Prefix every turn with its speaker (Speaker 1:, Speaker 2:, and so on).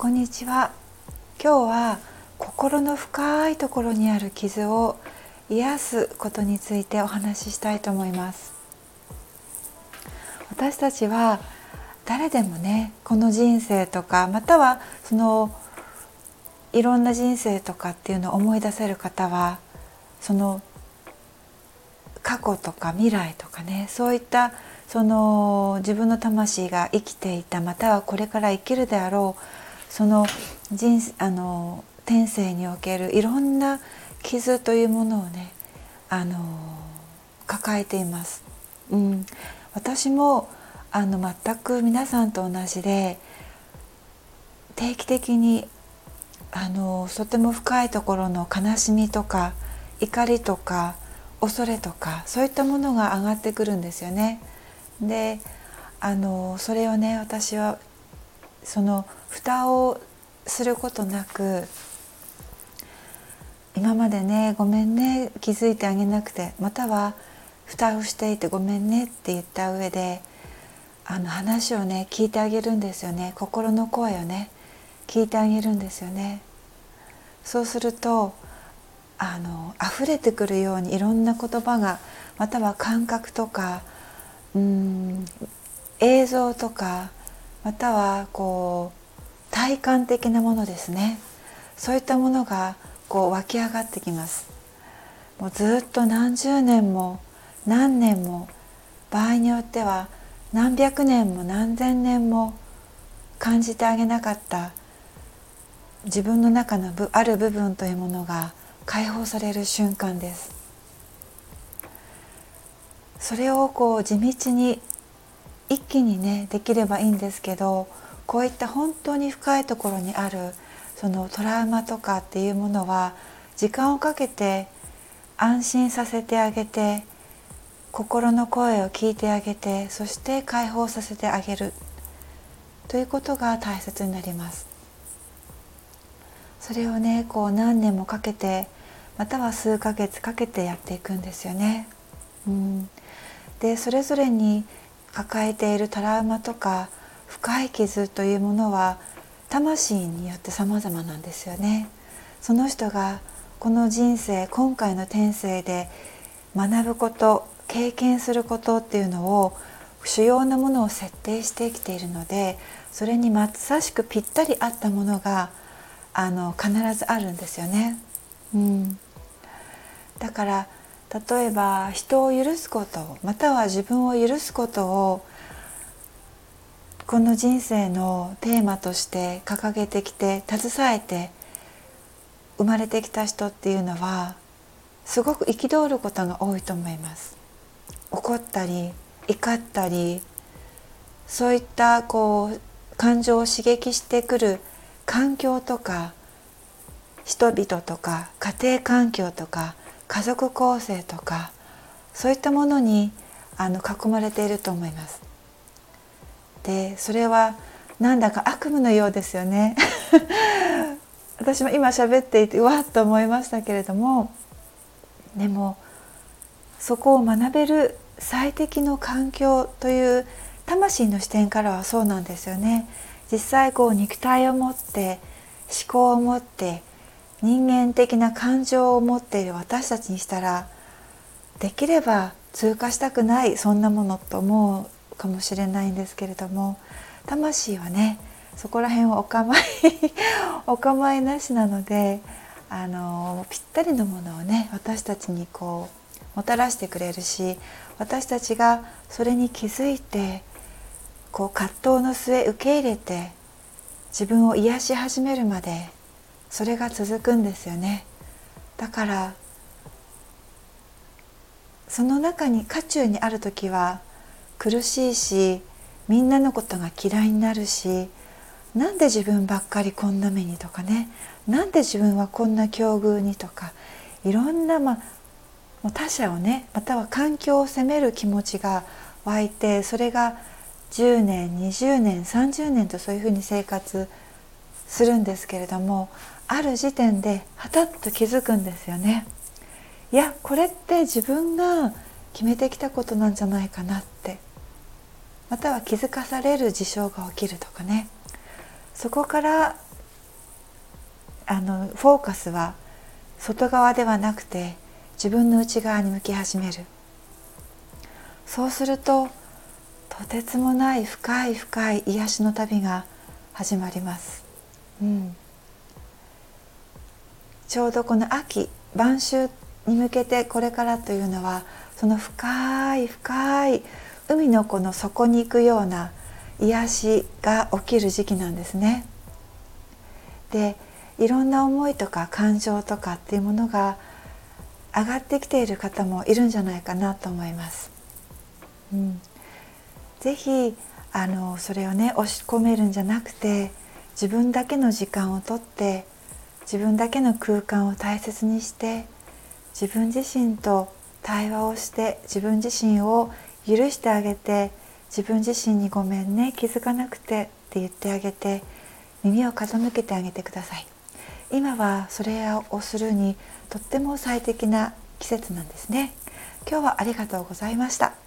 Speaker 1: んにちは。今日は心の深いところにある傷を癒すことについてお話ししたいと思います。私たちは誰でもね、この人生とか、またはそのいろんな人生とかっていうのを思い出せる方は、その過去とか未来とかね、そういったその自分の魂が生きていた、またはこれから生きるであろう、その天性におけるいろんな傷というものをね、抱えています。私も全く皆さんと同じで、定期的にとても深いところの悲しみとか怒りとか恐れとか、そういったものが上がってくるんですよね。でそれをね、私はその蓋をすることなく、今までね、ごめんね、気づいてあげなくて、または蓋をしていてごめんねって言った上で、話をね聞いてあげるんですよね。心の声をね聞いてあげるんですよね。そうすると溢れてくるようにいろんな言葉が、または感覚とか映像とか、または体感的なものですね。そういったものが湧き上がってきます。もうずっと何十年も何年も、場合によっては何百年も何千年も感じてあげなかった自分の中のある部分というものが解放される瞬間です。それを地道に一気にねできればいいんですけど、こういった本当に深いところにあるそのトラウマとかっていうものは、時間をかけて安心させてあげて、心の声を聞いてあげて、そして解放させてあげるということが大切になります。それをね何年もかけて、または数ヶ月かけてやっていくんですよね。でそれぞれに抱えているトラウマとか深い傷というものは魂によって様々なんですよね。その人がこの人生、今回の転生で学ぶこと、経験することっていうのを、主要なものを設定してきているので、それにまさしくぴったり合ったものが必ずあるんですよね。だから例えば人を許すこと、または自分を許すことをこの人生のテーマとして掲げてきて、携えて生まれてきた人っていうのは、すごく憤ることが多いと思います。怒ったり怒ったり、そういった感情を刺激してくる環境とか人々とか家庭環境とか家族構成とか、そういったものに囲まれていると思います。でそれはなんだか悪夢のようですよね私も今喋っていてわっと思いましたけれども、でもそこを学べる最適の環境という魂の視点からはそうなんですよね。実際肉体を持って思考を持って人間的な感情を持っている私たちにしたら、できれば通過したくない、そんなものと思うかもしれないんですけれども、魂はねそこら辺はお構いなしなので、ぴったりのものをね私たちにもたらしてくれるし、私たちがそれに気づいて葛藤の末受け入れて自分を癒し始めるまで、それが続くんですよね。だからその中に渦中にある時は苦しいし、みんなのことが嫌いになるし、なんで自分ばっかりこんな目にとかね、なんで自分はこんな境遇にとか、いろんな、他者をね、または環境を責める気持ちが湧いて、それが10年20年30年とそういうふうに生活するんですけれども、ある時点ではたっと気づくんですよね。いや、これって自分が決めてきたことなんじゃないかなって、または気づかされる事象が起きるとかね、そこからフォーカスは外側ではなくて自分の内側に向き始める。そうするととてつもない深い深い癒しの旅が始まります。ちょうどこの秋晩秋に向けてこれからというのは、その深い深い海のこの底に行くような癒しが起きる時期なんですね。で、いろんな思いとか感情とかっていうものが上がってきている方もいるんじゃないかなと思います。ぜひそれをね押し込めるんじゃなくて、自分だけの時間をとって自分だけの空間を大切にして自分自身と対話をして自分自身を許してあげて、自分自身にごめんね、気づかなくてって言ってあげて耳を傾けてあげてください。今はそれをするにとっても最適な季節なんですね。今日はありがとうございました。